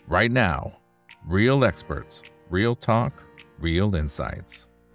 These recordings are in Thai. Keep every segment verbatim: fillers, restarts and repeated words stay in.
right now. Real experts, real talk, real insights.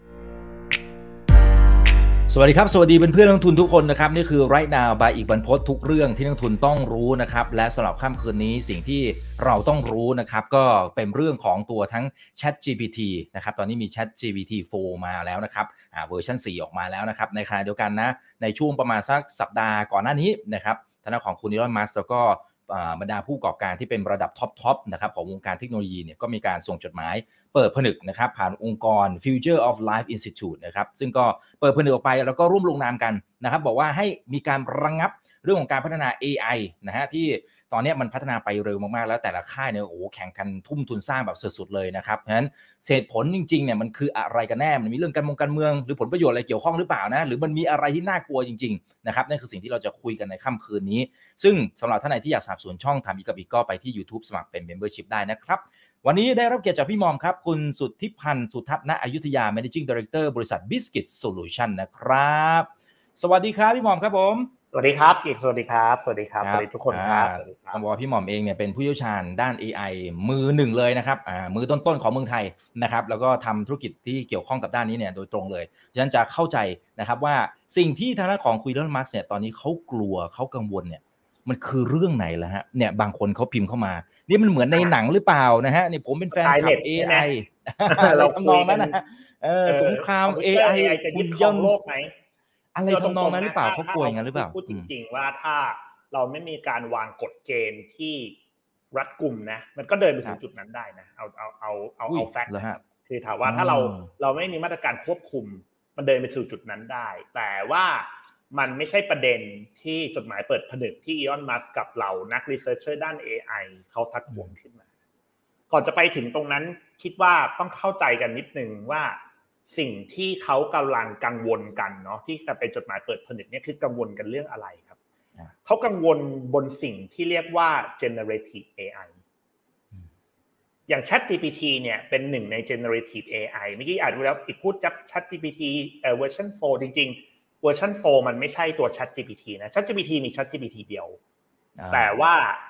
สวัสดีครับสวัสดีเพื่อนๆนักลงทุนทุกคนนะครับนี่คือ Right Now by อีกบรรพตทุกเรื่องที่นักลงทุนต้องรู้นะครับและสำหรับค่ำคืนนี้สิ่งที่เราต้องรู้นะครับก็เป็นเรื่องของตัวทั้ง ChatGPT นะครับตอนนี้มี ChatGPT โฟร์ มาแล้วนะครับอ่าเวอร์ชันสี่ออกมาแล้วนะครับในขณะเดียวกันนะในช่วงประมาณสักสัปดาห์ก่อนหน้านี้นะครับทางด้านของคุณอีลอน มัสก์แล้วก็บรรดาผู้ประกอบการที่เป็นระดับท็อปๆนะครับของวงการเทคโนโลยีเนี่ยก็มีการส่งจดหมายเปิดผนึกนะครับผ่านองค์กร Future of Life Institute นะครับซึ่งก็เปิดผนึกออกไปแล้วก็ร่วมลงนามกันนะครับบอกว่าให้มีการระงับเรื่องของการพัฒนา เอ ไอ นะฮะที่ตอนนี้มันพัฒนาไปเร็วมากๆแล้วแต่ละค่ายเนี่ยโอ้โหแข่งกันทุ่มทุนสร้างแบบสุดๆเลยนะครับเพราะฉะนั้นเหตุผลจริงๆเนี่ยมันคืออะไรกันแน่มันมีเรื่องการเมืองการเมืองหรือผลประโยชน์อะไรเกี่ยวข้องหรือเปล่านะหรือมันมีอะไรที่น่ากลัวจริงๆนะครับนั่นคือสิ่งที่เราจะคุยกันในค่ำคืนนี้ซึ่งสำหรับท่านไหนที่อยากสนับสนุนช่องถามอีกกับอีกก็ไปที่ YouTube สมัครเป็น Membership ได้นะครับวันนี้ได้รับเกียรติจากพี่มอมครับคุณสุทธิพันธ์สุทัศน์ณอยุธยา Managing Director บริษัท Biscuit Solution นะครับสวัสดีครับพี่มอมครับผมสวัสดีครับอีกสวัสดีครับสวัสดีครับสวัสดีทุกคนครับต้องบอกว่าพี่หม่อมเองเนี่ยเป็นผู้เชี่ยวชาญด้าน เอ ไอ มือหนึ่งเลยนะครับอ่ามือต้นๆของเมืองไทยนะครับแล้วก็ทำธุรกิจที่เกี่ยวข้องกับด้านนี้เนี่ยโดยตรงเลยฉะนั้นจะเข้าใจนะครับว่าสิ่งที่ทางด้านของคุณอีลอน มัสก์เนี่ยตอนนี้เขากลัวเขากังวลเนี่ยมันคือเรื่องไหนล่ะฮะเนี่ยบางคนเขาพิมพ์เข้ามานี่มันเหมือนในหนังหรือเปล่านะฮะนี่ผมเป็นแฟนคลับ เอ ไอ เราทำนองนั้นนะเออสงคราม เอ ไอจะยึดครองโลกไหมอะไรทำนองนั้นหรือเปล่าเขากลัวอย่างนั้นหรือเปล่าพูดจริงๆว่าถ้าเราไม่มีการวางกฎเกณฑ์ที่รัดกุมนะมันก็เดินไปถึงจุดนั้นได้นะเอาเอาเอาเอาเอาแฟกต์นะครับคือถามว่าถ้าเราเราไม่มีมาตรการควบคุมมันเดินไปสู่จุดนั้นได้แต่ว่ามันไม่ใช่ประเด็นที่จดหมายเปิดผนึกที่อีลอน มัสก์กับเหล่านักรีเสิร์ชเชอร์ด้าน เอ ไอ เขาทักท้วงขึ้นมาก่อนจะไปถึงตรงนั้นคิดว่าต้องเข้าใจกันนิดนึงว่าสิ่งที่เขากำลังกังวลกันเนาะที่จะเป็นจดหมายเปิดผนึกเนี่ยคือกังวลกันเรื่องอะไรครับเขากังวลบนสิ่งที่เรียกว่า generative เอ ไอ อย่าง ChatGPT เนี่ยเป็นหนึ่งใน generative เอ ไอ เมื่อกี้อ่านดูแล้วอีกพูดจับ ChatGPT เอ่อเวอร์ชันโฟร์จริงๆเวอร์ชันโฟร์มันไม่ใช่ตัว ChatGPT นะ ChatGPT มี ChatGPT เดียวแต่ว่า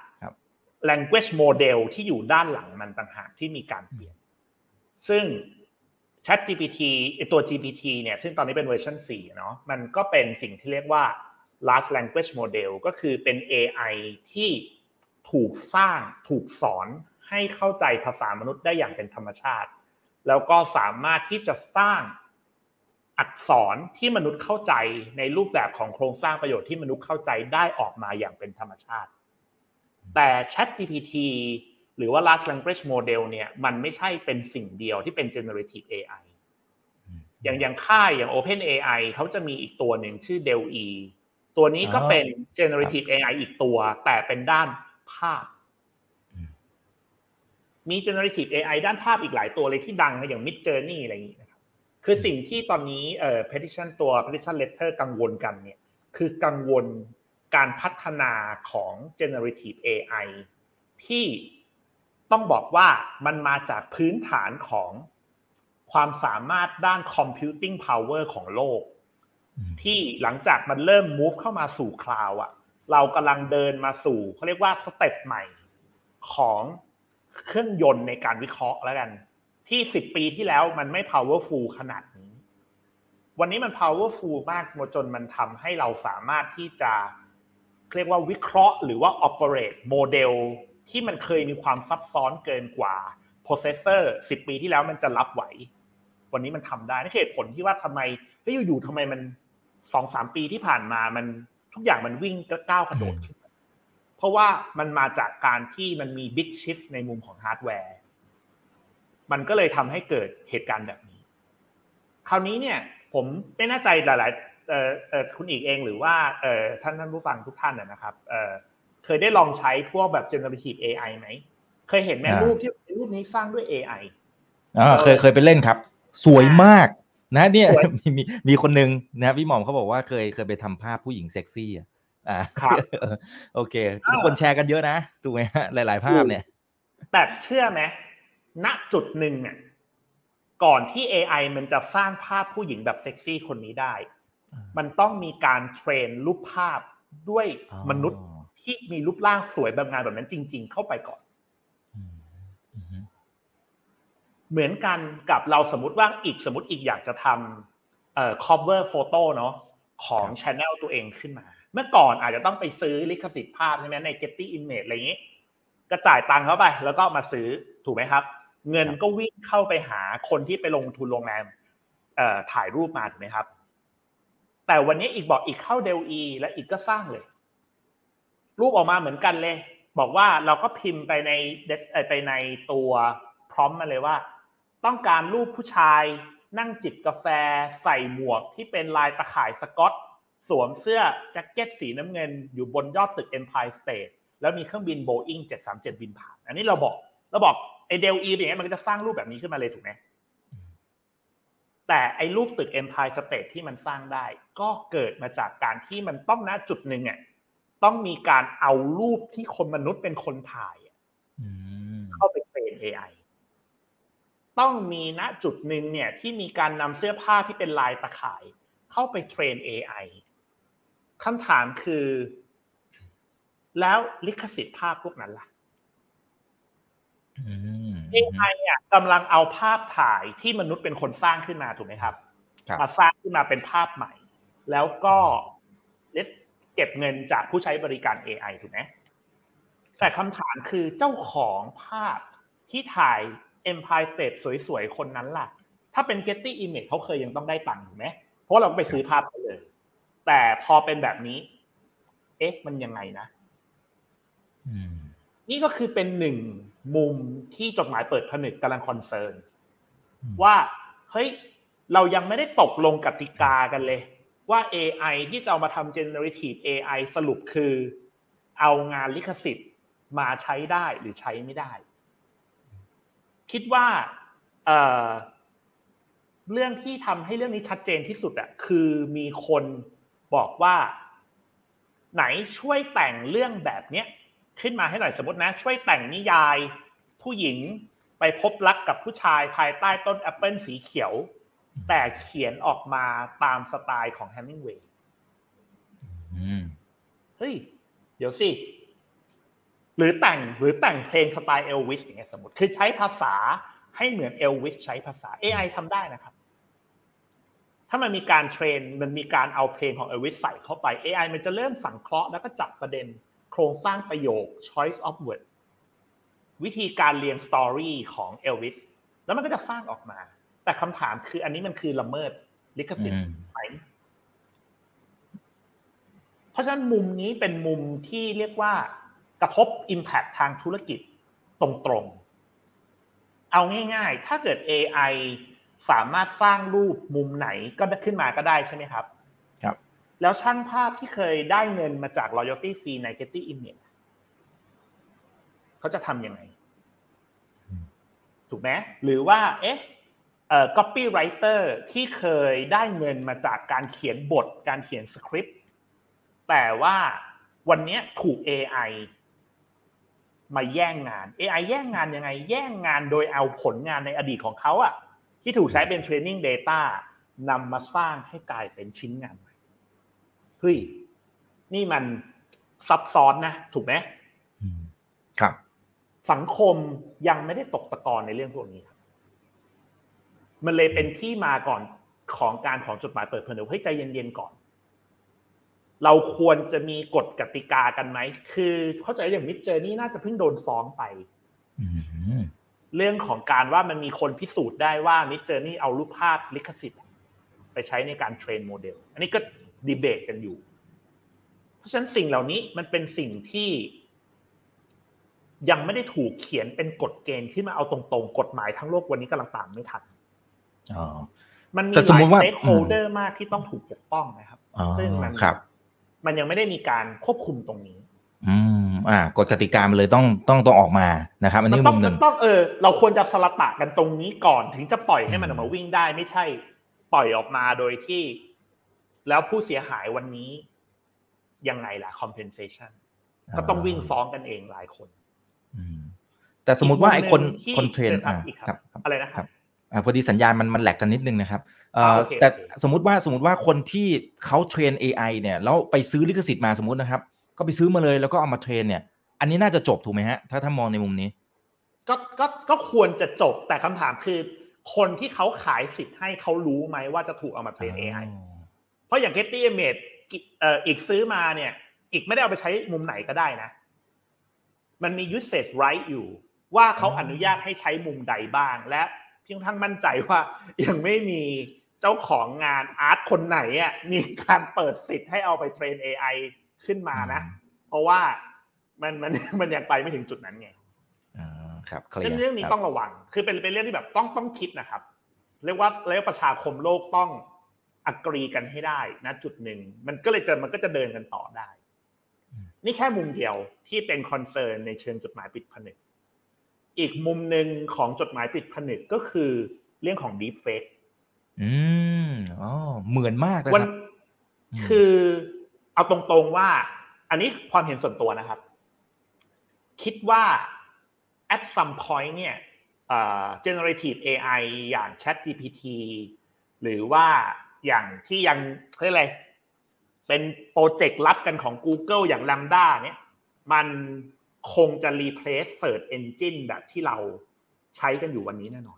language model ที่อยู่ด้านหลังมันต่างหากที่มีการเปลี่ยนซึ่งChatGPT ไอ้ตัว จี พี ที เนี่ยซึ่งตอนนี้เป็นเวอร์ชันสี่เนาะมันก็เป็นสิ่งที่เรียกว่า large language model ก็คือเป็น เอ ไอ ที่ถูกสร้างถูกสอนให้เข้าใจภาษามนุษย์ได้อย่างเป็นธรรมชาติแล้วก็สามารถที่จะสร้างอักษรที่มนุษย์เข้าใจในรูปแบบของโครงสร้างประโยชน์ที่มนุษย์เข้าใจได้ออกมาอย่างเป็นธรรมชาติแต่ ChatGPTหรือว่า large language model เนี่ยมันไม่ใช่เป็นสิ่งเดียวที่เป็น generative เอ ไอ อย่างอย่างค่ายอย่าง OpenAI เขาจะมีอีกตัวหนึ่งชื่อ DALL-E ตัวนี้ก็เป็น generative เอ ไอ อีกตัวแต่เป็นด้านภาพมี generative เอ ไอ ด้านภาพอีกหลายตัวเลยที่ดังอย่าง Midjourney อะไรอย่างนี้นะครับคือสิ่งที่ตอนนี้เอ่อ petition ตัว petition letter กังวลกันเนี่ยคือกังวลการพัฒนาของ generative เอ ไอ ที่ต้องบอกว่ามันมาจากพื้นฐานของความสามารถด้าน computing power ของโลกที่หลังจากมันเริ่ม move เข้ามาสู่คลาวด์อ่ะเรากำลังเดินมาสู่เขาเรียกว่าสเต็ปใหม่ของเครื่องยนต์ในการวิเคราะห์แล้วกันที่สิบปีที่แล้วมันไม่ powerful ขนาดนี้วันนี้มัน powerful มากจนมันทำให้เราสามารถที่จะเรียกว่าวิเคราะห์หรือว่า operate โมเดลที่มันเคยมีความซับซ้อนเกินกว่า processor สิบปีที่แล้วมันจะรับไหววันนี้มันทำได้นี่คือเหตุผลที่ว่าทำไมเฮ้ยอยู่ๆทำไมมัน สองถึงสาม ปีที่ผ่านมามันทุกอย่างมันวิ่งก้าวกระโดดขึ้นเพราะว่ามันมาจากการที่มันมี big shift ในมุมของฮาร์ดแวร์มันก็เลยทำให้เกิดเหตุการณ์แบบนี้คราวนี้เนี่ยผมไม่แน่ใจหลายๆเอ่อเอ่อคุณอีกเองหรือว่าเอ่อท่านท่านผู้ฟังทุกท่านนะครับเอ่อเคยได้ลองใช้พวกแบบ generative เอ ไอ ไหมเคยเห็นไหมรูปที่รูปนี้สร้างด้วย เอ ไออ่าเคยเคยไปเล่นครับสวยมากนะเนี่ยมีมีมีคนนึงนะพี่หม่อมเขาบอกว่าเคยเคยไปทำภาพผู้หญิงเซ็กซี่อ่ะอ่าครับโอเคทุกคนแชร์กันเยอะนะถูกไหมฮะหลายๆภาพเนี่ยแต่เชื่อไหมณจุดหนึ่งเนี่ยก่อนที่ เอ ไอ มันจะสร้างภาพผู้หญิงแบบเซ็กซี่คนนี้ได้มันต้องมีการเทรนรูปภาพด้วยมนุษย์ที่มีรูปร่างสวยแบบงานแบบนั้นจริงๆเข้าไปก่อนเหมือนกันกับเราสมมุติว่าอีกสมมุติอีกอยากจะทำเอ่อ cover photo เนาะของ channel ตัวเองขึ้นมาเมื่อก่อนอาจจะต้องไปซื้อลิขสิทธิ์ภาพใช่ไหมใน Getty Image อะไรอย่างนี้ก็จ่ายตังค์เข้าไปแล้วก็มาซื้อถูกไหมครับเงินก็วิ่งเข้าไปหาคนที่ไปลงทุนโรงแรมเอ่อถ่ายรูปมาถูกไหมครับแต่วันนี้อีกบอกอีกเข้า ดี อี แอล อี และอีกก็สร้างเลยรูปออกมาเหมือนกันเลยบอกว่าเราก็พิมพ์ไปในไปในตัวพร้อมมาเลยว่าต้องการรูปผู้ชายนั่งจิบกาแฟใส่หมวกที่เป็นลายตะข่ายสก๊อตสวมเสื้อแจ็คเก็ตสีน้ำเงินอยู่บนยอดตึก Empire State แล้วมีเครื่องบิน Boeing เจ็ดสามเจ็ดบินผ่านอันนี้เราบอกเราบอกไอ้ ดี อี แอล อี อย่างเงี้ยมันก็จะสร้างรูปแบบนี้ขึ้นมาเลยถูกไหมแต่ไอ้รูปตึก Empire State ที่มันสร้างได้ก็เกิดมาจากการที่มันต้องณจุดนึงอ่ะต้องมีการเอารูปที่คนมนุษย์เป็นคนถ่ายเข้าไปเทรน เอ ไอ ต้องมีณจุดนึงเนี่ยที่มีการนำเสื้อผ้าที่เป็นลายตะข่ายเข้าไปเทรน เอ ไอ คำถามคือแล้วลิขสิทธิ์ภาพพวกนั้นล่ะ เอ ไอ อ่ะกำลังเอาภาพถ่ายที่มนุษย์เป็นคนสร้างขึ้นมาถูกไหมครับมาสร้างขึ้นมาเป็นภาพใหม่แล้วก็เก็บเงินจากผู้ใช้บริการ เอ ไอ ถูกไหมแต่คำถามคือเจ้าของภาพที่ถ่าย Empire State สวยๆคนนั้นล่ะถ้าเป็น Getty Image เขาเคยยังต้องได้ตังค์ถูกไหมเพราะเราก็ไปซื้อภาพไปเลยแต่พอเป็นแบบนี้เอ๊ะมันยังไงนะนี่ก็คือเป็นหนึ่งมุมที่จดหมายเปิดผนึกกำลังคอนเซิร์นว่าเฮ้ยเรายังไม่ได้ตกลงกติกากันเลยว่า เอ ไอ ที่จะเอามาทำ generative เอ ไอ สรุปคือเอางานลิขสิทธิ์มาใช้ได้หรือใช้ไม่ได้คิดว่าเอ่อเรื่องที่ทำให้เรื่องนี้ชัดเจนที่สุดอ่ะคือมีคนบอกว่าไหนช่วยแต่งเรื่องแบบเนี้ยขึ้นมาให้หน่อยสมมตินะช่วยแต่งนิยายผู้หญิงไปพบรักกับผู้ชายภายใต้ต้นแอปเปิลสีเขียวแต่เขียนออกมาตามสไตล์ของแฮมิงเวย์เฮ้ยเดี๋ยวสิหรือแต่งหรือแต่งเพลงสไตล์เอลวิสอย่างเงี้ยสมมติคือใช้ภาษาให้เหมือนเอลวิสใช้ภาษา เอ ไอ ทำได้นะครับถ้ามันมีการเทรนมันมีการเอาเพลงของเอลวิสใส่เข้าไป เอ ไอ มันจะเริ่มสังเคราะห์แล้วก็จับประเด็นโครงสร้างประโยค choice of word วิธีการเรียงสตอรี่ของเอลวิสแล้วมันก็จะสร้างออกมาแต่คำถามคืออันนี้มันคือละเมิดลิขสิทธิ์ไหมเพราะฉะนั้นมุมนี้เป็นมุมที่เรียกว่ากระทบ impact ทางธุรกิจตรงๆเอาง่ายๆถ้าเกิด เอ ไอ สามารถสร้างรูปมุมไหนก็ขึ้นมาก็ได้ใช่ไหมครับครับแล้วช่างภาพที่เคยได้เงินมาจาก royalty fee ใน Getty Image เขาจะทำยังไงถูกไหมหรือว่าเอ๊ะเอ่อ copywriter ที่เคยได้เงินมาจากการเขียนบทการเขียนสคริปต์แต่ว่าวันนี้ถูก เอ ไอ มาแย่งงาน เอ ไอ แย่งงานยังไงแย่งงานโดยเอาผลงานในอดีตของเขาอะที่ถูกใช้เป็น training data นำมาสร้างให้กลายเป็นชิ้นงานใหม่เฮ้ยนี่มันซับซ้อนนะถูกไหมครับสังคมยังไม่ได้ตกตะกอนในเรื่องพวกนี้ครับมันเลยเป็นที่มาก่อนของการของจดหมายเปิดผนึกให้ใจเย็นๆก่อนเราควรจะมีกฎกติกากันไหมคือเข้าใจอย่างมิดเจอร์นี่น่าจะเพิ่งโดนฟ้องไปเรื่องของการว่ามันมีคนพิสูจน์ได้ว่ามิดเจอร์นี่เอารูปภาพลิขสิทธิ์ไปใช้ในการเทรนโมเดลอันนี้ก็ดีเบตกันอยู่เพราะฉะนั้นสิ่งเหล่านี้มันเป็นสิ่งที่ยังไม่ได้ถูกเขียนเป็นกฎเกณฑ์ขึ้นมาเอาตรงๆกฎหมายทั้งโลกวันนี้กำลังตามไม่ทันอ๋อมันมีหลายสเต็กโฮลเดอร์มากที่ต้องถูกปกป้องนะครับซึ่งมันมันยังไม่ได้มีการควบคุมตรงนี้อืมอ่ากฎกติกามันเลยต้องต้องต้องออกมานะครับอันนี้มุมหนึ่งต้องเออเราควรจะสลัดตะกันตรงนี้ก่อนถึงจะปล่อยให้มันออกมาวิ่งได้ไม่ใช่ปล่อยออกมาโดยที่แล้วผู้เสียหายวันนี้ยังไงล่ะ compensation ก็ต้องวิ่งฟ้องกันเองหลายคนแต่สมมุติว่าไอ้คนคนเทรนครับอะไรนะครับอ่าพอดีสัญญาณมันมันแหลกกันนิดนึงนะครับเอ่อแต่สมมุติว่าสมมุติว่าคนที่เขาเทรน เอ ไอ เนี่ยแล้วไปซื้อลิขสิทธิ์มาสมมุตินะครับก็ไปซื้อมาเลยแล้วก็เอามาเทรนเนี่ยอันนี้น่าจะจบถูกไหมฮะถ้าถ้ามองในมุมนี้ก็ก็ก็ควรจะจบแต่คำถามคือคนที่เขาขายสิทธิ์ให้เขารู้ไหมว่าจะถูกเอามาเทรน เอ ไอ เพราะอย่าง Getty Image เอ่ออีกซื้อมาเนี่ยอีกไม่ได้เอาไปใช้มุมไหนก็ได้นะมันมี usage right อยู่ว่าเขาอนุญาตให้ใช้มุมใดบ้างและเพียงทั้งมั่นใจว่ายังไม่มีเจ้าของงานอาร์ตคนไหนอ่ะมีการเปิดสิทธิ์ให้เอาไปเทรน เอ ไอ ขึ้นมานะเพราะว่ามันมันมันยังไปไม่ถึงจุดนั้นไงอ่าครับเรื่องนี้ต้องระวังคือเป็นเป็นเรื่องที่แบบต้องต้องคิดนะครับเรียกว่าเรียกว่าประชาคมโลกต้องอกรีกันให้ได้นะจุดหนึ่งมันก็เลยจะมันก็จะเดินกันต่อได้นี่แค่มุมเดียวที่เป็นคอนเซิร์นในเชิงจดหมายปิดผนึกอีกมุมหนึ่งของจดหมายปิดผนึกก็คือเรื่องของ deep fake อืมอ๋อเหมือนมากเลยครับคือเอาตรงๆว่าอันนี้ความเห็นส่วนตัวนะครับคิดว่า at some point เนี่ยเอ่อ generative เอ ไอ อย่าง ChatGPT หรือว่าอย่างที่ยังเรียกอะไรเป็นโปรเจกต์ลับกันของ Google อย่าง Lambda เนี่ยมันคงจะ replace search engine แบบที่เราใช้กันอยู่วันนี้แน่นอน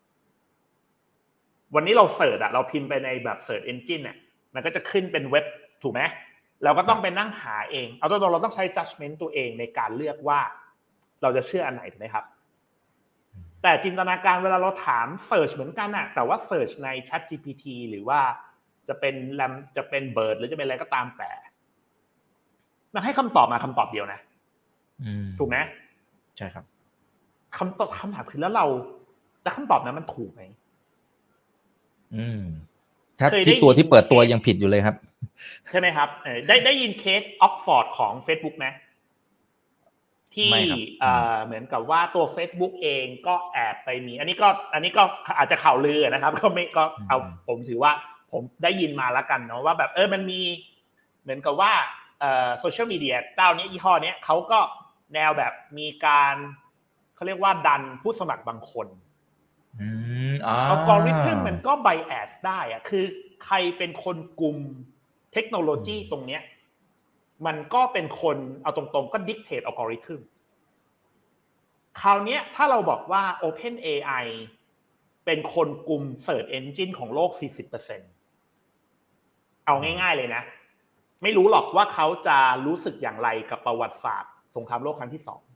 วันนี้เราเสิร์ชอะเราพิมพ์ไปในแบบ search engine เนี่ยมันก็จะขึ้นเป็นเว็บถูกไหมเราก็ต้องไปนั่งหาเองเอาตัวเราต้องใช้ judgment ตัวเองในการเลือกว่าเราจะเชื่ออันไหนถูกไหมครับแต่จินตนาการเวลาเราถาม search เหมือนกันอะแต่ว่า search ใน ChatGPT หรือว่าจะเป็น Lam จะเป็น Bird หรือจะเป็นอะไรก็ตามแต่มันให้คำตอบมาคำตอบเดียวนะถูกไหมใช่ครับคำตอบคำถามคือแล้วเราแล้วคำตอบนั้นมันถูกไหมอืมถ้าที่ตัวที่เปิดตัวยังผิดอยู่เลยครับใช่ไหมครับได้ได้ยินเคสออกฟอร์ดของ Facebook ไหมที่เหมือนกับว่าตัว Facebook เองก็แอบไปมีอันนี้ก็อันนี้ก็อาจจะข่าวลือนะครับก็ไม่ก็เอาผมถือว่าผมได้ยินมาแล้วกันเนาะว่าแบบเออมันมีเหมือนกับว่าเอ่อโซเชียลมีเดียเจ้านี้ยี่ห้อนี้เขาก็แนวแบบมีการเขาเรียกว่าดันผู้สมัครบางคนอืมอ๋ออัลกอริทึมมันก็ไบแอสได้อะคือใครเป็นคนกลุ่มเทคโนโลยีตรงเนี้ยมันก็เป็นคนเอาตรงๆก็ดิกเทตอัลกอริทึมคราวนี้ถ้าเราบอกว่า OpenAI เป็นคนกลุ่ม Search Engine ของโลก สี่สิบเปอร์เซ็นต์ เอาง่ายๆเลยนะไม่รู้หรอกว่าเขาจะรู้สึกอย่างไรกับประวัติศาสตร์สงครามโลกครั้งที่สอง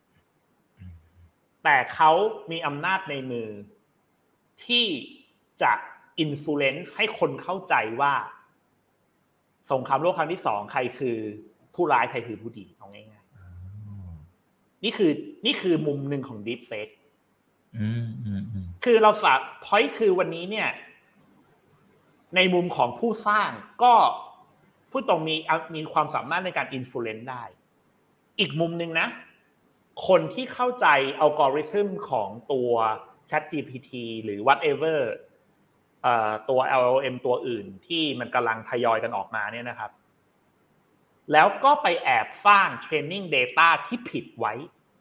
แต่เขามีอำนาจในมือที่จะ influence ให้คนเข้าใจว่าสงครามโลกครั้งที่สองใครคือผู้ร้ายใครคือผู้ดีเอาง่ายๆนี่คือนี่คือมุมหนึ่งของ deep fake อืมอืมคือเราสา point คือวันนี้เนี่ยในมุมของผู้สร้างก็ผู้ตรงมีมีความสามารถในการ influence ได้อีกมุมหนึ่งนะคนที่เข้าใจอัลกอริทึมของตัว ChatGPT หรือ whatever เอ่อตัว แอล แอล เอ็ม ตัวอื่นที่มันกำลังทยอยกันออกมาเนี่ยนะครับแล้วก็ไปแอบสร้าง training data ที่ผิดไว้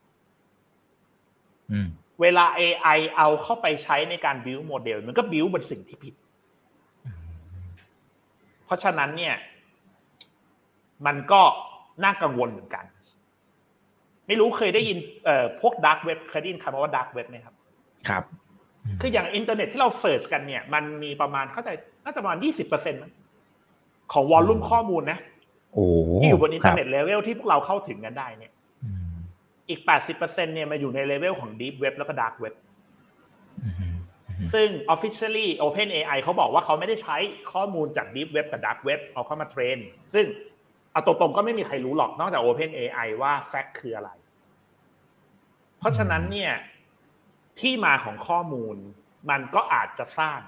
เวลา เอ ไอ เอาเข้าไปใช้ในการ build model มันก็ build บนสิ่งที่ผิดเพราะฉะนั้นเนี่ยมันก็น่ากังวลเหมือนกันไม่รู้เคยได้ยินเอ่อพวก dark web เคยได้ยินคำว่า dark web ไหมครับครับคืออย่างอินเทอร์เน็ตที่เราเสิร์ชกันเนี่ยมันมีประมาณเข้าใจน่าจะประมาณ ยี่สิบเปอร์เซ็นต์ มั้งของวอลลุ่มข้อมูลนะโอ้ที่อยู่บนอินเทอร์เน็ตเลเวลที่พวกเราเข้าถึงกันได้เนี่ยอีก แปดสิบเปอร์เซ็นต์ เนี่ยมาอยู่ในเลเวลของ deep web แล้วก็ dark web ซึ่ง officially OpenAI เขาบอกว่าเขาไม่ได้ใช้ข้อมูลจาก deep web กับ dark web เอาเข้ามาเทรนซึ่งเอาตรงๆก็ไม่มีใครรู้หรอกนอกจาก OpenAI ว่า fact คืออะไรเพราะฉะนั้นเนี่ยที่มาของข้อมูลมันก็อาจจะสร้าง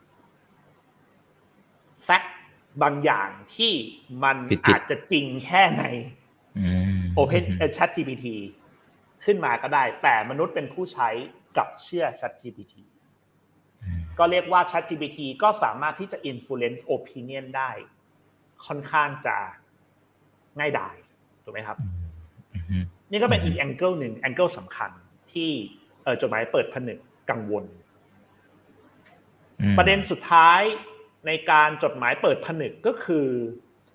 fact บางอย่างที่มันอาจจะจริงแค่ใน Open ChatGPT ขึ้นมาก็ได้แต่มนุษย์เป็นผู้ใช้กับเชื่อ ChatGPT ก็เรียกว่า ChatGPT ก็สามารถที่จะ influence opinion ได้ค่อนข้างจะง่ายดายถูกไหมครับนี่ก็เป็นอีกแองเกิลหนึ่งแองเกิลสำคัญที่จดหมายเปิดผนึกกังวลประเด็นสุดท้ายในการจดหมายเปิดผนึกก็คือ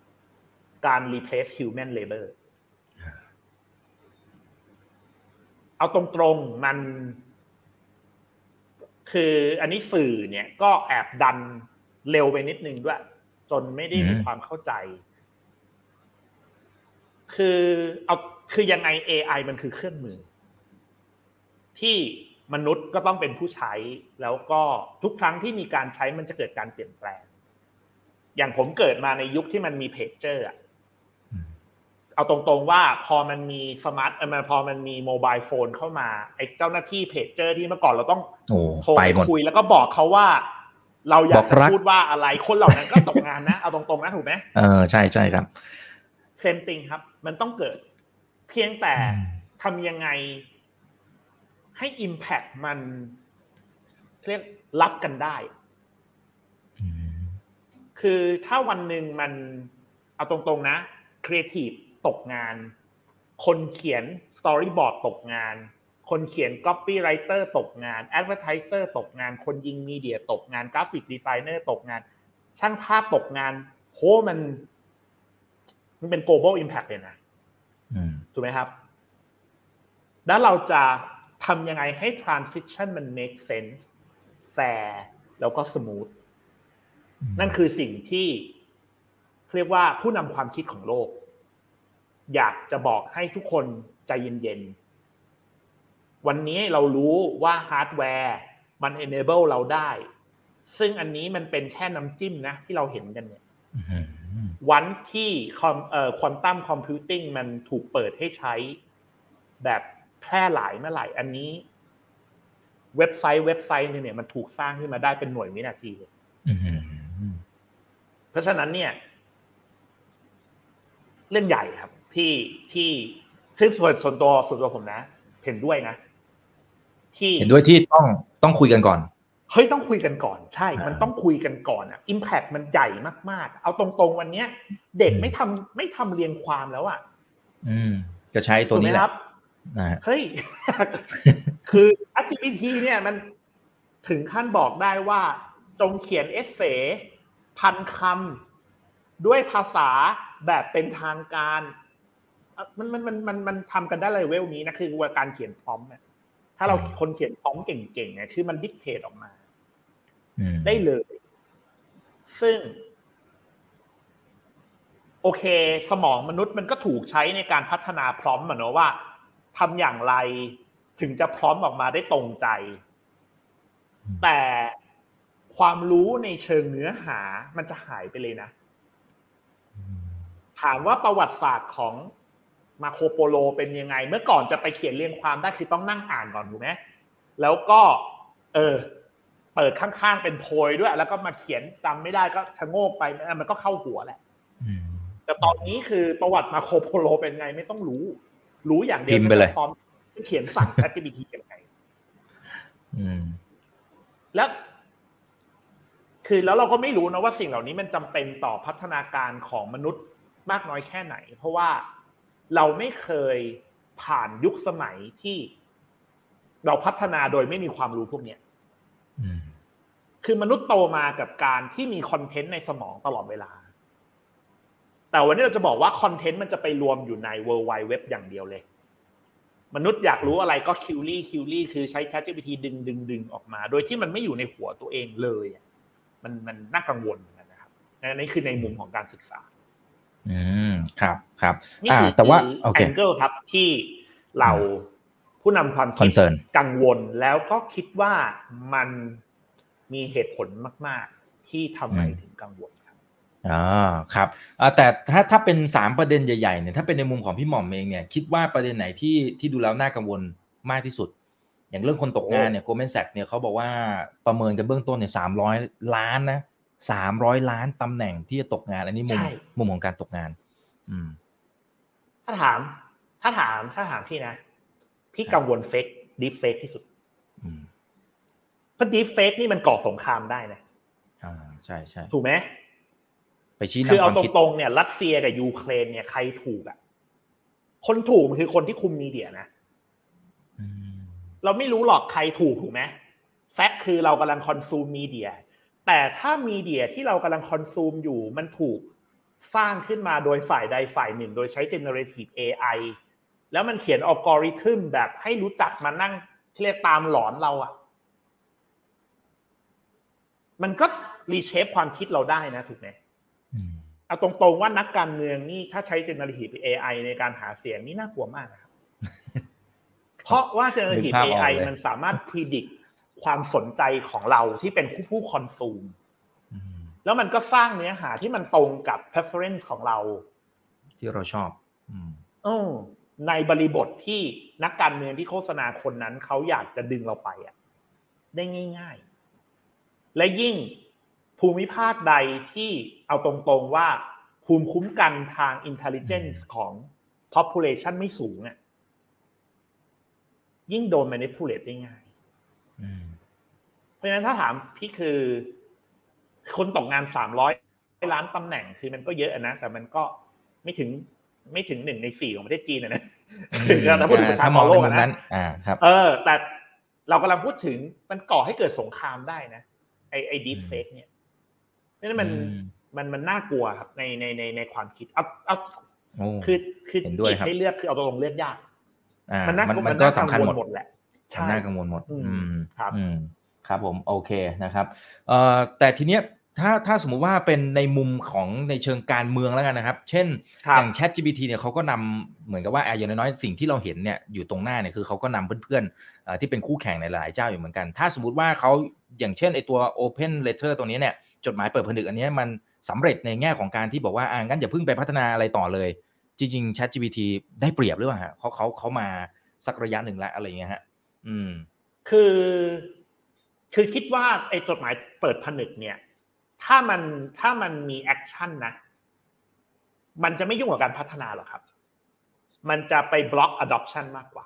การ replace human labor เอาตรงๆมันคืออันนี้สื่อเนี่ยก็แอบดันเร็วไปนิดนึงด้วยจนไม่ได้มีความเข้าใจคือเอาคือยังไง เอ ไอ มันคือเครื่องมือที่มนุษย์ก็ต้องเป็นผู้ใช้แล้วก็ทุกครั้งที่มีการใช้มันจะเกิดการเปลี่ยนแปลงอย่างผมเกิดมาในยุคที่มันมีเพจเจอร์อะเอาตรงๆว่าพอมันมีสมาร์ทมันพอมันมีโมบายโฟนเข้ามาไอ้เจ้าหน้าที่เพจเจอร์ที่เมื่อก่อนเราต้องโทรไปคุยแล้วก็บอกเขาว่าเราอยากจะพูดว่าอะไรคนเหล่านั้นก็ตกงานนะเอาตรงๆนะถูกไหมเออใช่ใช่ครับเซมติงครับมันต้องเกิดเพียงแต่ทำยังไงให้ impact มันเรียกรับกันได้คือถ้าวันหนึ่งมันเอาตรงๆนะครีเอทีฟตกงานคนเขียนสตอรี่บอร์ดตกงานคนเขียนก๊อปปี้ไรเตอร์ตกงานแอดเวอร์ไทเซอร์ตกงานคนยิงมีเดียตกงานกราฟิกดีไซเนอร์ตกงานช่างภาพตกงานโหมันมันเป็น global impact เลยนะถูกไหมครับแล้วเราจะทำยังไงให้ transition มัน make sense fair แล้วก็ smooth นั่นคือสิ่งที่เรียกว่าผู้นำความคิดของโลกอยากจะบอกให้ทุกคนใจเย็นๆวันนี้เรารู้ว่าฮาร์ดแวร์มัน enable เราได้ซึ่งอันนี้มันเป็นแค่น้ำจิ้มนะที่เราเห็นกันเนี่ยวันที่เอ่อ quantum computing มันถูกเปิดให้ใช้แบบแพร่หลายเมื่อไหร่อันนี้เว็บไซต์เว็บไซต์นึงเนี่ยมันถูกสร้างขึ้นมาได้เป็นหน่วยวินาทีเลยเพราะฉะนั้นเนี่ยเรื่องใหญ่ครับที่ที่ซึ่งส่วนส่วนตัวส่วนตัวผมนะเห็นด้วยนะที่เห็นด้วยที่ต้องต้องคุยกันก่อนเฮ้ยต้องคุยกันก่อนใช่มันต้องคุยกันก่อนอ่ะ impact มันใหญ่มากๆเอาตรงๆวันนี้เด็กไม่ทำไม่ทำเรียงความแล้วอ่ะอืมจะใช้ตัวนี้แหละเฮ้ยคือ แชท จี พี ที เนี่ยมันถึงขั้นบอกได้ว่าจงเขียนเอสเซพันคำด้วยภาษาแบบเป็นทางการมันมันมันมันมันทำกันได้เลเวลนี้นะคือว่าการเขียนพร้อมเนี่ยถ้าเราคนเขียนพร้อมเก่งๆเนี่ยคือมันดิกเทตออกมาได้เลยซึ่งโอเคสมองมนุษย์มันก็ถูกใช้ในการพัฒนาพร้อมอะเนาะว่าทำอย่างไรถึงจะพร้อมออกมาได้ตรงใจแต่ความรู้ในเชิงเนื้อหามันจะหายไปเลยนะถามว่าประวัติศาสตร์ของมาโคโปโลเป็นยังไงเมื่อก่อนจะไปเขียนเรียงความได้คือต้องนั่งอ่านก่อนถูกไหมแล้วก็เออเปิดข้างๆเป็นโพยด้วยแล้วก็มาเขียนจำไม่ได้ก็ชะโงกไปมันก็เข้าหัวแหละแต่ตอนนี้คือประวัติมาโคโปโลเป็นไงไม่ต้องรู้รู้อย่างเดียวจะพร้อมเขียนสั่ง แชท จี พี ที ยังไงแล้วคือแล้วเราก็ไม่รู้นะว่าสิ่งเหล่านี้มันจำเป็นต่อพัฒนาการของมนุษย์มากน้อยแค่ไหนเพราะว่าเราไม่เคยผ่านยุคสมัยที่เราพัฒนาโดยไม่มีความรู้พวกนี้คือมนุษย์โตมากับการที่มีคอนเทนต์ในสมองตลอดเวลาแต่วันนี้เราจะบอกว่าคอนเทนต์มันจะไปรวมอยู่ใน World Wide Web อย่างเดียวเลยมนุษย์อยากรู้อะไรก็คิวรี่คิวรี่คือใช้ แชท จี พี ที ดึงดึงดึงออกมาโดยที่มันไม่อยู่ในหัวตัวเองเลยมันมันน่ากังวลนะครับนี่คือในมุมของการศึกษาอืมครับครับนี่คือแต่ว่าแองเกิลครับที่เราผู้นำความคิดกังวลแล้วก็คิดว่ามันมีเหตุผลมากๆที่ทำไมถึงกังวลอ่าครับอ่าแต่ถ้าถ้าเป็นสามประเด็นใหญ่ๆเนี่ยถ้าเป็นในมุมของพี่หม่อมเองเนี่ยคิดว่าประเด็นไหนที่ที่ดูแล้วน่ากังวลมากที่สุดอย่างเรื่องคนตกงานเนี่ย Goldman Sachs เนี่ยเขาบอกว่าประเมินกันเบื้องต้นเนี่ยสามร้อยล้านนะสามร้อยล้านตำแหน่งที่จะตกงานอันนี้มุมมุมของการตกงานอืมถ้าถามถ้าถามถ้าถามพี่นะพี่กังวลเฟกดีฟเฟกที่สุดอืมเพราะดีฟเฟกนี่มันก่อสงครามได้นะอ่าใช่ใช่ถูกไหมไปชี้นำคือเอาตรงๆเนี่ยรัสเซียกับยูเครนเนี่ยใครถูกอ่ะคนถูกมันคือคนที่คุมมีเดียนะเราไม่รู้หรอกใครถูกถูกไหมแฟกต์คือเรากำลังคอนซูมมีเดียแต่ถ้ามีเดียที่เรากำลังคอนซูมอยู่มันถูกสร้างขึ้นมาโดยฝ่ายใดฝ่ายหนึ่งโดยใช้ generative เอ ไอแล้วมันเขียนอัลกอริทึมแบบให้รู้จักมานั่งที่เรียกตามหลอนเราอ่ะมันก็รีเชฟความคิดเราได้นะถูกไหมเอาตรงๆว่านักการเมืองนี่ถ้าใช้ generative เอ ไอ ในการหาเสียงนี่น่ากลัวมากนะครับ เพราะว่า generative เอ ไอ มันสามารถ predict ความสนใจของเราที่เป็นผู้ผู้คอนซูมแล้วมันก็สร้างเนื้อหาที่มันตรงกับ preference ของเราที่เราชอบเออในบริบทที่นักการเมืองที่โฆษณาคนนั้นเขาอยากจะดึงเราไปอ่ะได้ง่ายๆและยิ่งภูมิภาคใดที่เอาตรงๆว่าภูมิคุ้มกันทาง intelligence ของ population ไม่สูงอ่ะยิ่งโดน manipulate ได้ง่ายเพราะฉะนั้นถ้าถามพี่คือคนตกงานสามร้อยล้านตำแหน่งคือมันก็เยอะนะแต่มันก็ไม่ถึงไม่ถึงหนึ่งในสี่ของประเทศจีนนะคือถ้าพูดถึงประชากรโลกนะอ่าครับเออแต่เรากำลังพูดถึงมันก่อให้เกิดสงครามได้นะไอไอ deep fake เนี่ยนั่นมันมันมันน่ากลัวครับในในในในความคิดเอาเอาคือคือให้เลือกคือเอาตรงๆเลือกยากมันน่ามันก็สำคัญหมดแหละน่ากังวลหมดอืมครับอืมครับผมโอเคนะครับเอ่อแต่ทีเนี้ยถ้าถ้าสมมุติว่าเป็นในมุมของในเชิงการเมืองแล้วกันนะครับเช่นอย่าง ChatGPT เนี่ยเขาก็นำเหมือนกับว่าอย่างน้อยๆสิ่งที่เราเห็นเนี่ยอยู่ตรงหน้าเนี่ยคือเขาก็นำเพื่อนๆที่เป็นคู่แข่งในหลายเจ้าอยู่เหมือนกันถ้าสมมุติว่าเขาอย่างเช่นไอตัว Open Letter ตัวนี้เนี่ยจดหมายเปิดผนึกอันนี้มันสำเร็จในแง่ของการที่บอกว่าอ่างั้นอย่าเพิ่งไปพัฒนาอะไรต่อเลยจริงๆ ChatGPT ได้เปรียบหรือเปล่าฮะเขาเขาเขามาสักระยะหนึ่งแล้วอะไรอย่างเงี้ยฮะอืมคือคือคิดว่าไอ้จดหมายเปิดผนึกเนี่ยถ้ามันถ้ามันมีแอคชั่นนะมันจะไม่ยุ่งกับการพัฒนาหรอกครับมันจะไปบล็อก adoption มากกว่า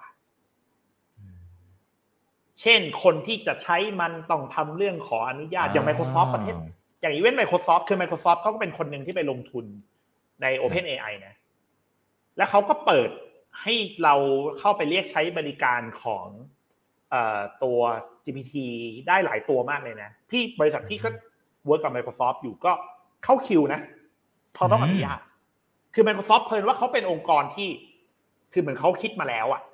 เช่นคนที่จะใช้มันต้องทำเรื่องขออนุญาตอย่าง Microsoft ประเทศอย่างอีเวนต์ Microsoft คือ Microsoft เขาก็เป็นคนหนึ่งที่ไปลงทุนใน OpenAI นะแล้วเขาก็เปิดให้เราเข้าไปเรียกใช้บริการของเอ่อตัว จี พี ที ได้หลายตัวมากเลยนะพี่บริษัทพี่ก็เวิร์คกับ Microsoft อยู่ก็เข้าคิวนะเขาต้องอนุญาตคือ Microsoft เพิ่นว่าเขาเป็นองค์กรที่คือเหมือนเขาคิดมาแล้วอะ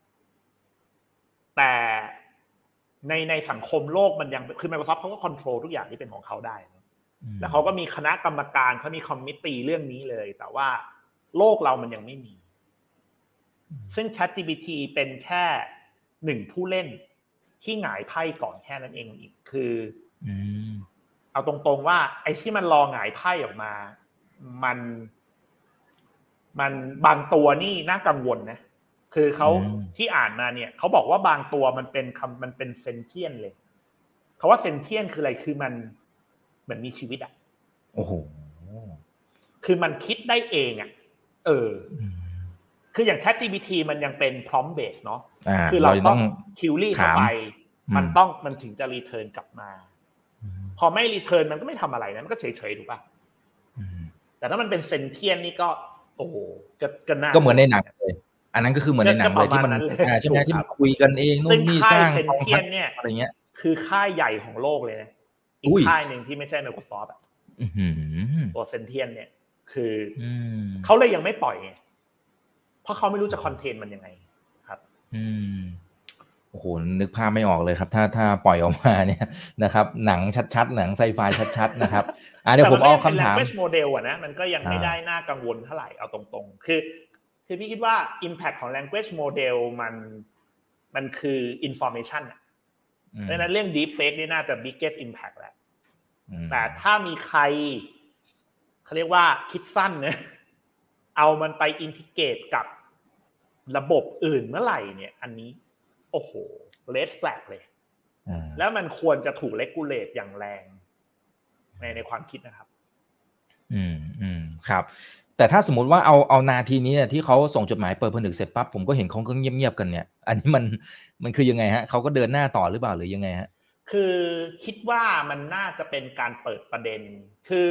แต่ในในสังคมโลกมันยังคือ Microsoft เขาก็คอนโทรลทุกอย่างที่เป็นของเขาได้แล้วเขาก็มีคณะกรรมการเขามีคอมมิตตี้เรื่องนี้เลยแต่ว่าโลกเรามันยังไม่มีซึ่ง ChatGPT เป็นแค่หนึ่งผู้เล่นที่หงายไพ่ก่อนแค่นั้นเองอีกคือเอาตรงๆว่าไอ้ที่มันรอหงายไพ่ออกมามันมันบางตัวนี่น่ากังวลนะคือเขาที่อ่านมาเนี่ยเขาบอกว่าบางตัวมันเป็นคำมันเป็นเซนเทียนเลยเขาว่าเซนเทียนคืออะไรคือมันเหมือนมีชีวิตอ่ะโอ้โหคือมันคิดได้เองอ่ะเออคืออย่าง ChatGPT มันยังเป็น prompt based เนาะคือเราต้อง query เข้าไปมันต้องมันถึงจะ return กลับมาพอไม่ return มันก็ไม่ทำอะไรนะมันก็เฉยๆถูกป่ะแต่ถ้ามันเป็นเซนเทียนนี่ก็โอ้โหก็น่าก็เหมือนในหนังเลยอันนั้นก็คือเหมือนในหนังเลยที่มันใช่ไหมที่มันคุยกันเองนู่นนี่สร้างเซนเทียนเนี่ยอะไรเงี้ยคือค่ายใหญ่ของโลกเลยนะอีกค่ายหนึ่งที่ไม่ใช่ Microsoft อ่ะตัวเซนเทียนเนี่ยคือเขาเลยยังไม่ปล่อยไงเพราะเขาไม่รู้จะคอนเทนต์มันยังไงครับอืมโอ้โหนึกภาพไม่ออกเลยครับถ้าถ้าปล่อยออกมาเนี่ยนะครับหนังชัดๆหนังไซไฟชัดๆนะครับอ่ะเดี๋ยวผมเอาคำถาม language model อ่ะนะมันก็ยังไม่ได้น่ากังวลเท่าไหร่เอาตรงๆคือคือพี่คิดว่า impact ของ language model มันมันคือ information อ่ะดังนั้นเรื่อง deep fake นี่น่าจะ biggest impact แหละแต่ถ้ามีใครเขาเรียกว่าคิดสั้นเนี่ยเอามันไป integrate กับระบบอื่นเมื่อไหร่เนี่ยอันนี้โอ้โห red flag เลยแล้วมันควรจะถูก regulate อย่างแรงในในความคิดนะครับอืมอืมครับแต่ถ้าสมมุติว่าเอาเอานาทีนี้ที่เขาส่งจดหมายเปิดผนึกเสร็จปั๊บผมก็เห็นเขาก็เงียบๆกันเนี่ยอันนี้มันมันคือยังไงฮะเขาก็เดินหน้าต่อหรือเปล่าหรือยังไงฮะคือคิดว่ามันน่าจะเป็นการเปิดประเด็นคือ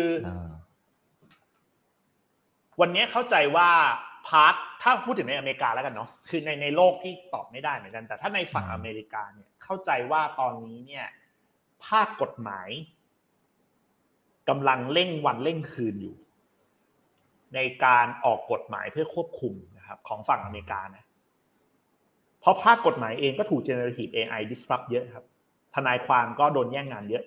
วันนี้เข้าใจว่าพาร์ทถ้าพูดถึงในอเมริกาแล้วกันเนาะคือในในโลกที่ตอบไม่ได้เหมือนกันแต่ถ้าในฝั่งอเมริกาเนี่ยเข้าใจว่าตอนนี้เนี่ยภาคกฎหมายกำลังเร่งวันเร่งคืนอยู่ในการออกกฎหมายเพื่อควบคุมนะครับของฝั่งอเมริกานะเพราะภาคกฎหมายเองก็ถูก generative เอ ไอ disrupt เยอะครับทนายความก็โดนแย่งงานเยอะ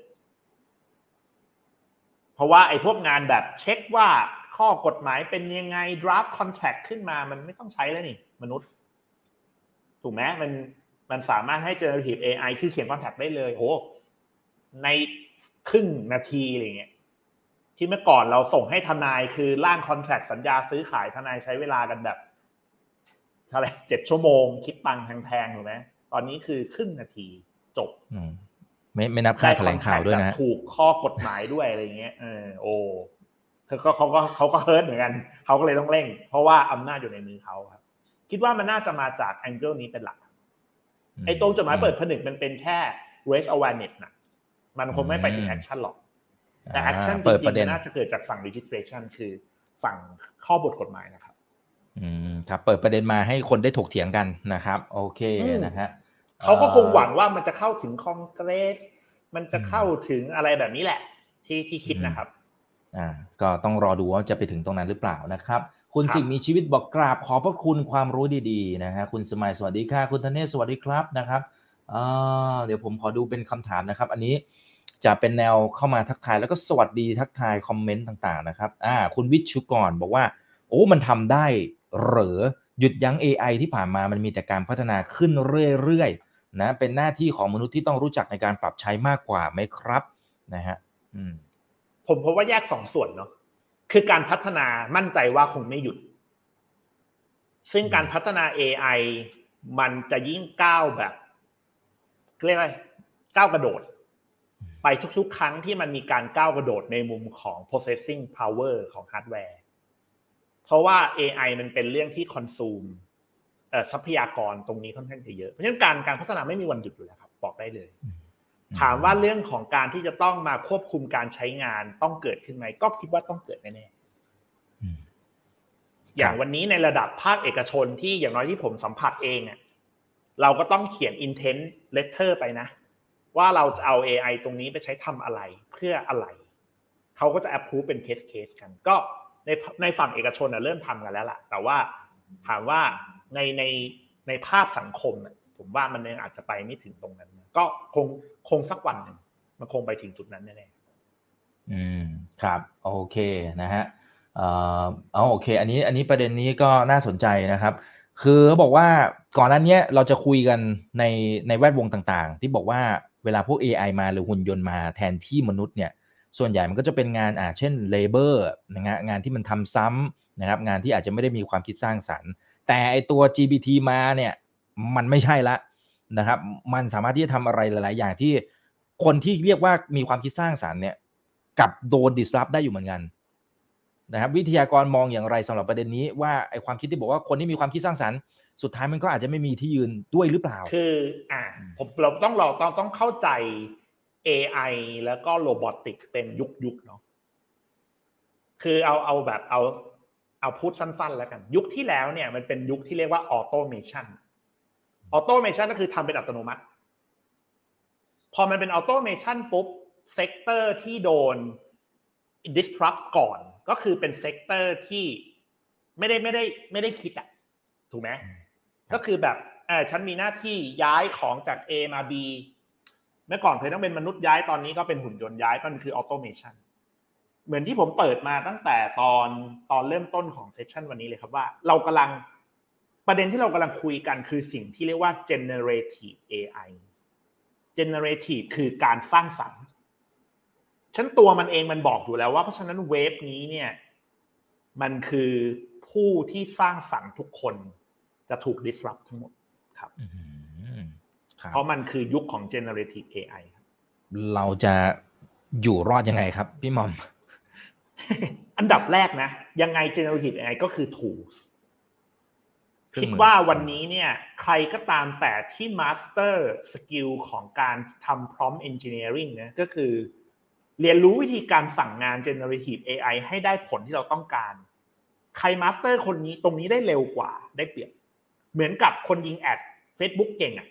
เพราะว่าไอ้พวกงานแบบเช็คว่าข้อกฎหมายเป็นยังไง draft contract ขึ้นมามันไม่ต้องใช้แล้วนี่มนุษย์ถูกไหมมันมันสามารถให้ generative เอ ไอ คือเขียน contract ได้เลยโหในครึ่งนาทีอะไรเงี้ยที่เมื่อก่อนเราส่งให้ทนายคือร่าง contract สัญญาซื้อขายทนายใช้เวลากันแบบเท่าไหร่เจ็ดชั่วโมงคิดตังค์แพงๆถูกไหมตอนนี้คือครึ่งนาทีจบไม่ไม่นับค่าแถลงข่าวด้วยนะถูกข้อกฎหมายด้วยอะไรเงี้ยเออโอ้เขาก็เขาก็เขาก็เฮิร์ตเหมือนกันเขาก็เลยต้องเร่งเพราะว่าอำนาจอยู่ในมือเขาครับคิดว่ามันน่าจะมาจากแองเกิลนี้เป็นหลักไอ้ตรงจดหมายเปิดผนึกมันเป็นแค่ raise awareness นะมันคงไม่ไปถึง action หรอกแต่ action จริงๆน่าจะเกิดจากฝั่ง registration คือฝั่งข้อบทกฎหมายนะครับอืมครับเปิดประเด็นมาให้คนได้ถกเถียงกันนะครับโอเคนะฮะเขาก็คงหวังว่ามันจะเข้าถึงคอนเกรสมันจะเข้าถึงอะไรแบบนี้แหละที่ที่คิดนะครับอ่าก็ต้องรอดูว่าจะไปถึงตรงนั้นหรือเปล่านะครับคุณสิ่งมีชีวิตบอกกราบขอบพระคุณความรู้ดีๆนะฮะคุณสมัยสวัสดีค่ะคุณธเนศสวัสดีครับนะครับอ่าเดี๋ยวผมขอดูเป็นคำถามนะครับอันนี้จะเป็นแนวเข้ามาทักทายแล้วก็สวัสดีทักทายคอมเมนต์ต่างๆนะครับอ่าคุณวิชุกรบอกว่าโอ้มันทำได้เหรอหยุดยั้ง เอ ไอ ที่ผ่านมามันมีแต่การพัฒนาขึ้นเรื่อยๆนะเป็นหน้าที่ของมนุษย์ที่ต้องรู้จักในการปรับใช้มากกว่าไหมครับนะฮะอืมผมพบว่าแยกสองส่วนเนาะคือการพัฒนามั่นใจว่าคงไม่หยุดซึ่งการพัฒนา เอ ไอ มันจะยิ่งก้าวแบบเรียกว่าก้าวกระโดดไปทุกๆครั้งที่มันมีการก้าวกระโดดในมุมของ processing power ของฮาร์ดแวร์เพราะว่า เอ ไอ มันเป็นเรื่องที่ consume เอ่อทรัพยากรตรงนี้ค่อนข้างจะเยอะเพราะฉะนั้นการการพัฒนาไม่มีวันหยุดอยู่แล้วครับบอกได้เลยถามว่าเรื่องของการที่จะต้องมาควบคุมการใช้งานต้องเกิดขึ้นไหมก็คิดว่าต้องเกิดแน่ๆอย่างวันนี้ในระดับภาคเอกชนที่อย่างน้อยที่ผมสัมผัสเองเนี่ยเราก็ต้องเขียน intent letter ไปนะว่าเราจะเอา เอ ไอ ตรงนี้ไปใช้ทำอะไรเพื่ออะไรเขาก็จะ approve เป็น case case กันก็ในในฝั่งเอกชนน่ะเริ่มทำกันแล้วล่ะแต่ว่าถามว่าในในในภาพสังคมผมว่ามันยังอาจจะไปไม่ถึงตรงนั้นก็คงคงสักวันนึงมันคงไปถึงจุดนั้นแน่ๆอืมครับโอเคนะฮะเอ่อเอาโอเคอันนี้อันนี้ประเด็นนี้ก็น่าสนใจนะครับคือเขาบอกว่าก่อนหน้านี้เราจะคุยกันในในแวดวงต่างๆที่บอกว่าเวลาพวก เอ ไอ มาหรือหุ่นยนต์มาแทนที่มนุษย์เนี่ยส่วนใหญ่มันก็จะเป็นงานอ่าเช่น labor นะฮะงานที่มันทำซ้ำนะครับงานที่อาจจะไม่ได้มีความคิดสร้างสรรค์แต่ไอตัว จี พี ที มาเนี่ยมันไม่ใช่ละนะครับมันสามารถที่จะทำอะไรหลายๆอย่างที่คนที่เรียกว่ามีความคิดสร้างสรรค์เนี่ยกับโดน disrupt ได้อยู่เหมือนกันนะครับวิทยากรมองอย่างไรสำหรับประเด็นนี้ว่าไอความคิดที่บอกว่าคนที่มีความคิดสร้างสรรค์สุดท้ายมันก็อาจจะไม่มีที่ยืนด้วยหรือเปล่าคืออ่าผมเราต้องเราต้องต้องเข้าใจ เอ ไอ แล้วก็โรบอติกเป็นยุคยุคเนาะคือเอาเอาแบบเอาเอาพูดสั้นๆแล้วกันยุคที่แล้วเนี่ยมันเป็นยุคที่เรียกว่าออโตเมชันออโตเมชันก็คือทำเป็นอัตโนมัติพอมันเป็นออโตเมชันปุ๊บเซกเตอร์ที่โดน disrupt ก่อนก็คือเป็นเซกเตอร์ที่ไม่ได้ไม่ได้ไม่ได้คิดอ่ะถูกไหมก็คือแบบเออฉันมีหน้าที่ย้ายของจาก A มา B เมื่อก่อนเคยต้องเป็นมนุษย์ย้ายตอนนี้ก็เป็นหุ่นยนต์ย้ายมันคือออโตเมชันเหมือนที่ผมเปิดมาตั้งแต่ตอนตอนเริ่มต้นของเซสชันวันนี้เลยครับว่าเรากำลังประเด็นที่เรากำลังคุยกันคือสิ่งที่เรียกว่า generative เอ ไอ generative คือการสร้างสรรค์ฉันตัวมันเองมันบอกอยู่แล้วว่าเพราะฉะนั้นเวฟนี้เนี่ยมันคือผู้ที่สร้างสรรค์ทุกคนจะถูก disrupt ทั้งหมดครับเพราะมันคือยุคของ generative เอ ไอเราจะอยู่รอดยังไงครับพี่มอมอันดับแรกนะยังไง generative เอ ไอ ก็คือ tools คิดว่าวันนี้เนี่ยใครก็ตามแต่ที่ master skill ของการทำ prompt engineering นะก็คือเรียนรู้วิธีการสั่งงาน generative เอ ไอ ให้ได้ผลที่เราต้องการใคร master คนนี้ตรงนี้ได้เร็วกว่าได้เปรียบเหมือนกับคนยิงแอด Facebook เก่งอ่ะ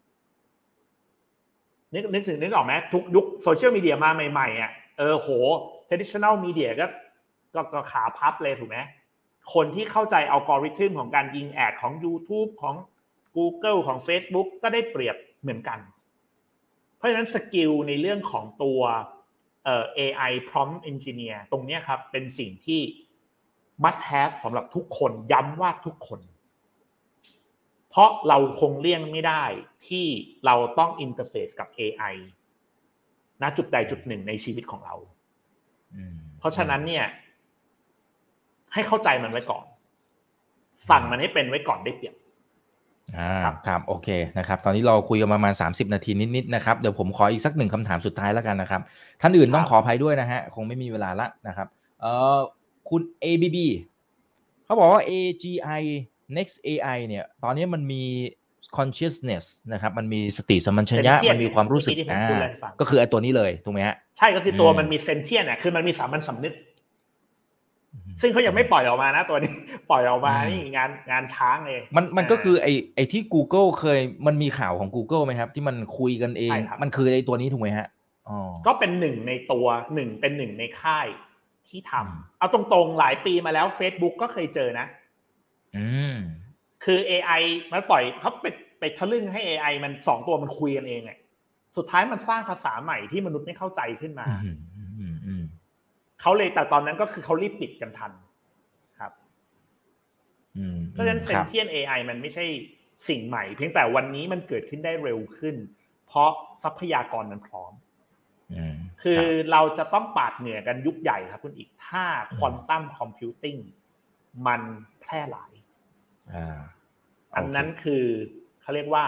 นึกนึกถึงนึกออกไหมทุกยุคโซเชียลมีเดียมาใหม่ๆอ่ะเออโห traditional media ก็ก็ก็ขาพับเลยถูกไหมคนที่เข้าใจอัลกอริทึมของการยิงแอดของ YouTube ของ Google ของ Facebook ก็ได้เปรียบเหมือนกันเพราะฉะนั้นสกิลในเรื่องของตัวเอ่อ เอ ไอ prompt engineer ตรงนี้ครับเป็นสิ่งที่ must have สำหรับทุกคนย้ำว่าทุกคนเพราะเราคงเลี่ยงไม่ได้ที่เราต้องอินเทอร์เฟซกับ เอ ไอ ณจุดใดจุดหนึ่งในชีวิตของเราเพราะฉะนั้นเนี่ยให้เข้าใจมันไว้ก่อนสั่งมันให้เป็นไว้ก่อนได้เปรียบอ่าครับโอเคนะครับตอนนี้เราคุยกันประมาณสามสิบนาทีนิดๆนะครับเดี๋ยวผมขออีกสักหนึ่งคำถามสุดท้ายแล้วกันนะครับท่านอื่นต้องขออภัยด้วยนะฮะคงไม่มีเวลาละนะครับเอ่อคุณ เอ บี บี เขาบอกว่า เอ จี ไอ next เอ ไอ เนี่ยตอนนี้มันมี consciousness นะครับมันมีสติสัมปชัญญะมันมีความรู้สึกอ่าก็คือไอ้ตัวนี้เลยถูกไหมฮะใช่ก็คือตัวมันมี sentient อ่ะคือมันมีสามัญสำนึกซึ่งเขายังไม่ปล่อยออกมานะตัวนี้ปล่อยออกมานี่งานงานช้างเลยมันมันก็คือไอ้ไอ้ที่ Google เคยมันมีข่าวของ Google ไหมครับที่มันคุยกันเองมันคือไอ้ตัวนี้ถูกไหมฮะอ๋อก็เป็นหนึ่งในตัวหนึ่งเป็นหนึ่งในค่ายที่ทำเอาตรงๆหลายปีมาแล้ว Facebook ก็เคยเจอนะอืมคือ เอ ไอ มันปล่อยเขาไปไปทะลึ่งให้ เอ ไอ มันสองตัวมันคุยกันเองอ่ะสุดท้ายมันสร้างภาษาใหม่ที่มนุษย์ไม่เข้าใจขึ้นมาเขาเลยแต่ตอนนั้นก็คือเขารีบปิดกันทันครับเพราะฉะนั้น Sentient เอ ไอ มันไม่ใช่สิ่งใหม่เพียงแต่วันนี้มันเกิดขึ้นได้เร็วขึ้นเพราะทรัพยากรมันพร้อมคือเราจะต้องปาดเหนือกันยุคใหญ่ครับคุณอีกถ้าควอนตัมคอมพิวติ้งมันแพร่หลายอันนั้นคือเขาเรียกว่า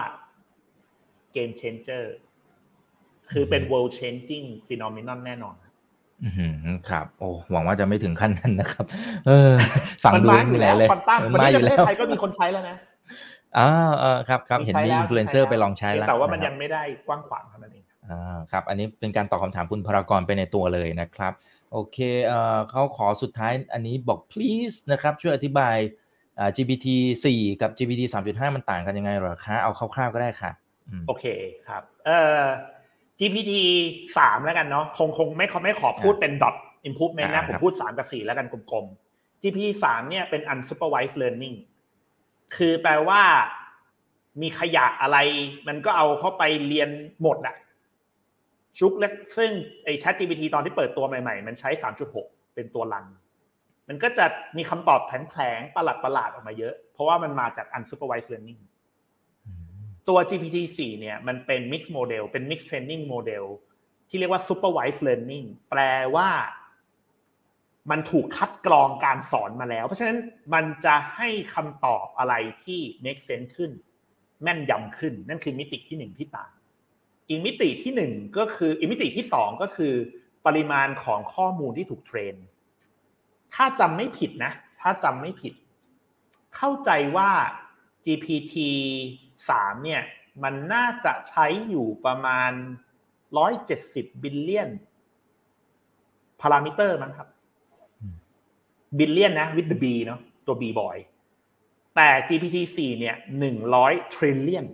Game Changer คือเป็น World Changing Phenomenon แน่นอนอืมครับโอ้หวังว่าจะไม่ถึงขั้นนั้นนะครับเออฟังดูนี่แหละเลยมันมาอยู่แล้วไทยก็มีคนใช้แล้วนะอ่าเออครับครับเห็นมีอินฟลูเอนเซอร์ไปลองใช้แล้วแต่ว่ามันยังไม่ได้กว้างขวางเท่านั้นเองอ่าครับอันนี้เป็นการตอบคำถามคุณพรากรไปในตัวเลยนะครับโอเคเอ่อเขาขอสุดท้ายอันนี้บอก please นะครับช่วยอธิบายอ่า จี พี ที สี่ กับ จี พี ที สามจุดห้า มันต่างกันยังไงหรอคะเอาคร่าวๆก็ได้ค่ะโอเคครับเอ่อ จี พี ที สามแล้วกันเนาะคงคงไม่เขาไม่ขอพูดเป็น dot improvement นะผมพูดสามกับสี่แล้วกันกลมๆ จี พี ที สามเนี่ยเป็น unsupervised learning คือแปลว่ามีขยะอะไรมันก็เอาเข้าไปเรียนหมดอะชุกเล็กซึ่งไอ้ ChatGPT ตอนที่เปิดตัวใหม่ๆมันใช้ สามจุดหก เป็นตัวรันมันก็จะมีคำตอบแผลงๆประหลาดๆออกมาเยอะเพราะว่ามันมาจาก unsupervised learning ตัว จี พี ที สี่เนี่ยมันเป็น mixed model เป็น mixed training model ที่เรียกว่า supervised learning แปลว่ามันถูกคัดกรองการสอนมาแล้วเพราะฉะนั้นมันจะให้คำตอบอะไรที่ make sense ขึ้นแม่นยำขึ้นนั่นคือมิติที่หนึ่งที่ต่างอีกมิติที่หนึ่งก็คืออีกมิติที่สองก็คือปริมาณของข้อมูลที่ถูกเทรนถ้าจำไม่ผิดนะถ้าจำไม่ผิดเข้าใจว่า จี พี ที สามเนี่ยมันน่าจะใช้อยู่ประมาณหนึ่งร้อยเจ็ดสิบบิลเลียนพารามิเตอร์มั้งครับบิลเลียนนะ with the b เนาะตัว b boy แต่ จี พี ที สี่เนี่ยหนึ่งร้อย trillion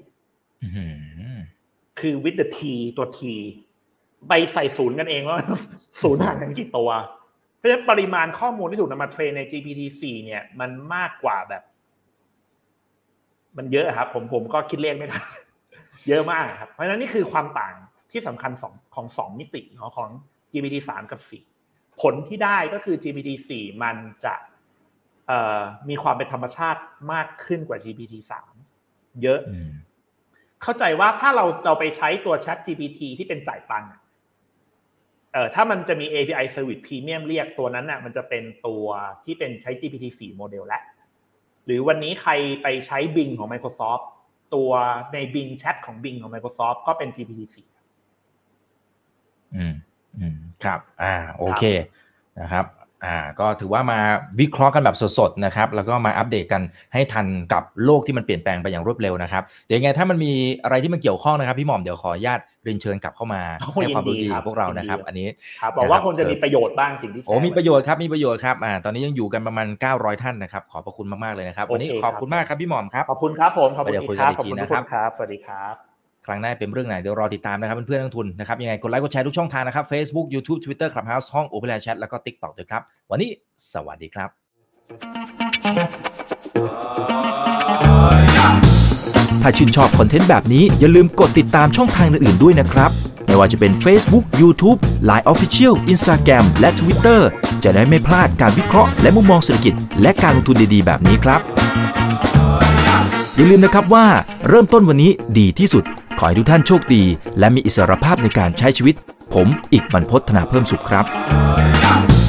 คือ with the t ตัว t ไปใส่ศูนย์กันเองว่าศูนย์ห่างกันกี่ตัวเพราะฉะนั้นปริมาณข้อมูลที่ถูกนำมาเทรนใน จี พี ที สี่เนี่ยมันมากกว่าแบบมันเยอะครับผมผมก็คิดเลขไม่ได้เยอะมากครับเพราะฉะนั้นนี่คือความต่างที่สำคัญของของสองมิติของ จี พี ที สามกับสี่ผลที่ได้ก็คือ จี พี ที สี่มันจะเอ่อมีความเป็นธรรมชาติมากขึ้นกว่า จี พี ที สามเยอะเข้าใจว่าถ้าเราเราไปใช้ตัว ChatGPT ที่เป็นจ่ายตังค์เอ่อถ้ามันจะมี เอ พี ไอ Service Premium เรียกตัวนั้นน่ะมันจะเป็นตัวที่เป็นใช้ จี พี ที สี่ โมเดลแล้วหรือวันนี้ใครไปใช้ Bing ของ Microsoft ตัวใน Bing Chat ของ Bing ของ Microsoft ก็เป็น จี พี ที สี่อืมอืมครับอ่าโอเคนะครับอ่าก็ถือว่ามาวิเคราะห์กันแบบสดๆนะครับแล้วก็มาอัปเดตกันให้ทันกับโลกที่มันเปลี่ยนแปลงไปอย่างรวดเร็วนะครับเดี๋ยวยังไงถ้ามันมีอะไรที่มันเกี่ยวข้องนะครับพี่หม่อมเดี๋ยวขออนุญาตเรียนเชิญกลับเข้ามาให้ความรู้ดีกับพวกเรานะครับอันนี้ครับบอกว่าคงจะมีประโยชน์บ้างสิ่งที่โอ้มีประโยชน์ครับมีประโยชน์ครับอ่าตอนนี้ยังอยู่กันประมาณเก้าร้อยท่านนะครับขอบพระคุณมากๆเลยนะครับวันนี้ขอบคุณมากครับพี่หม่อมครับขอบคุณครับผมขอบคุณครับขอบคุณนะครับสวัสดีครับครั้งหน้าเป็นเรื่องไหนเดี๋ยวรอติดตามนะครับเพื่อนๆนักลงทุนนะครับยังไงกดไลค์กดแชร์ทุกช่องทางนะครับ Facebook YouTube Twitter Clubhouse ห้อง Open Chat แล้วก็ TikTok ด้วยครับวันนี้สวัสดีครับถ้าชื่นชอบคอนเทนต์แบบนี้อย่าลืมกดติดตามช่องทางอื่นๆด้วยนะครับไม่ว่าจะเป็น Facebook, YouTube, ไลน์ Official, Instagram และ Twitter จะได้ไม่พลาดการวิเคราะห์และมุมมองเศรษฐกิจและการลงทุนดีๆแบบนี้ครับอย่าลืมนะครับว่าเริ่มต้นวันนี้ดีที่สุดขอให้ทุกท่านโชคดีและมีอิสรภาพในการใช้ชีวิตผมอีกบรรพต ธนาเพิ่มสุขครับ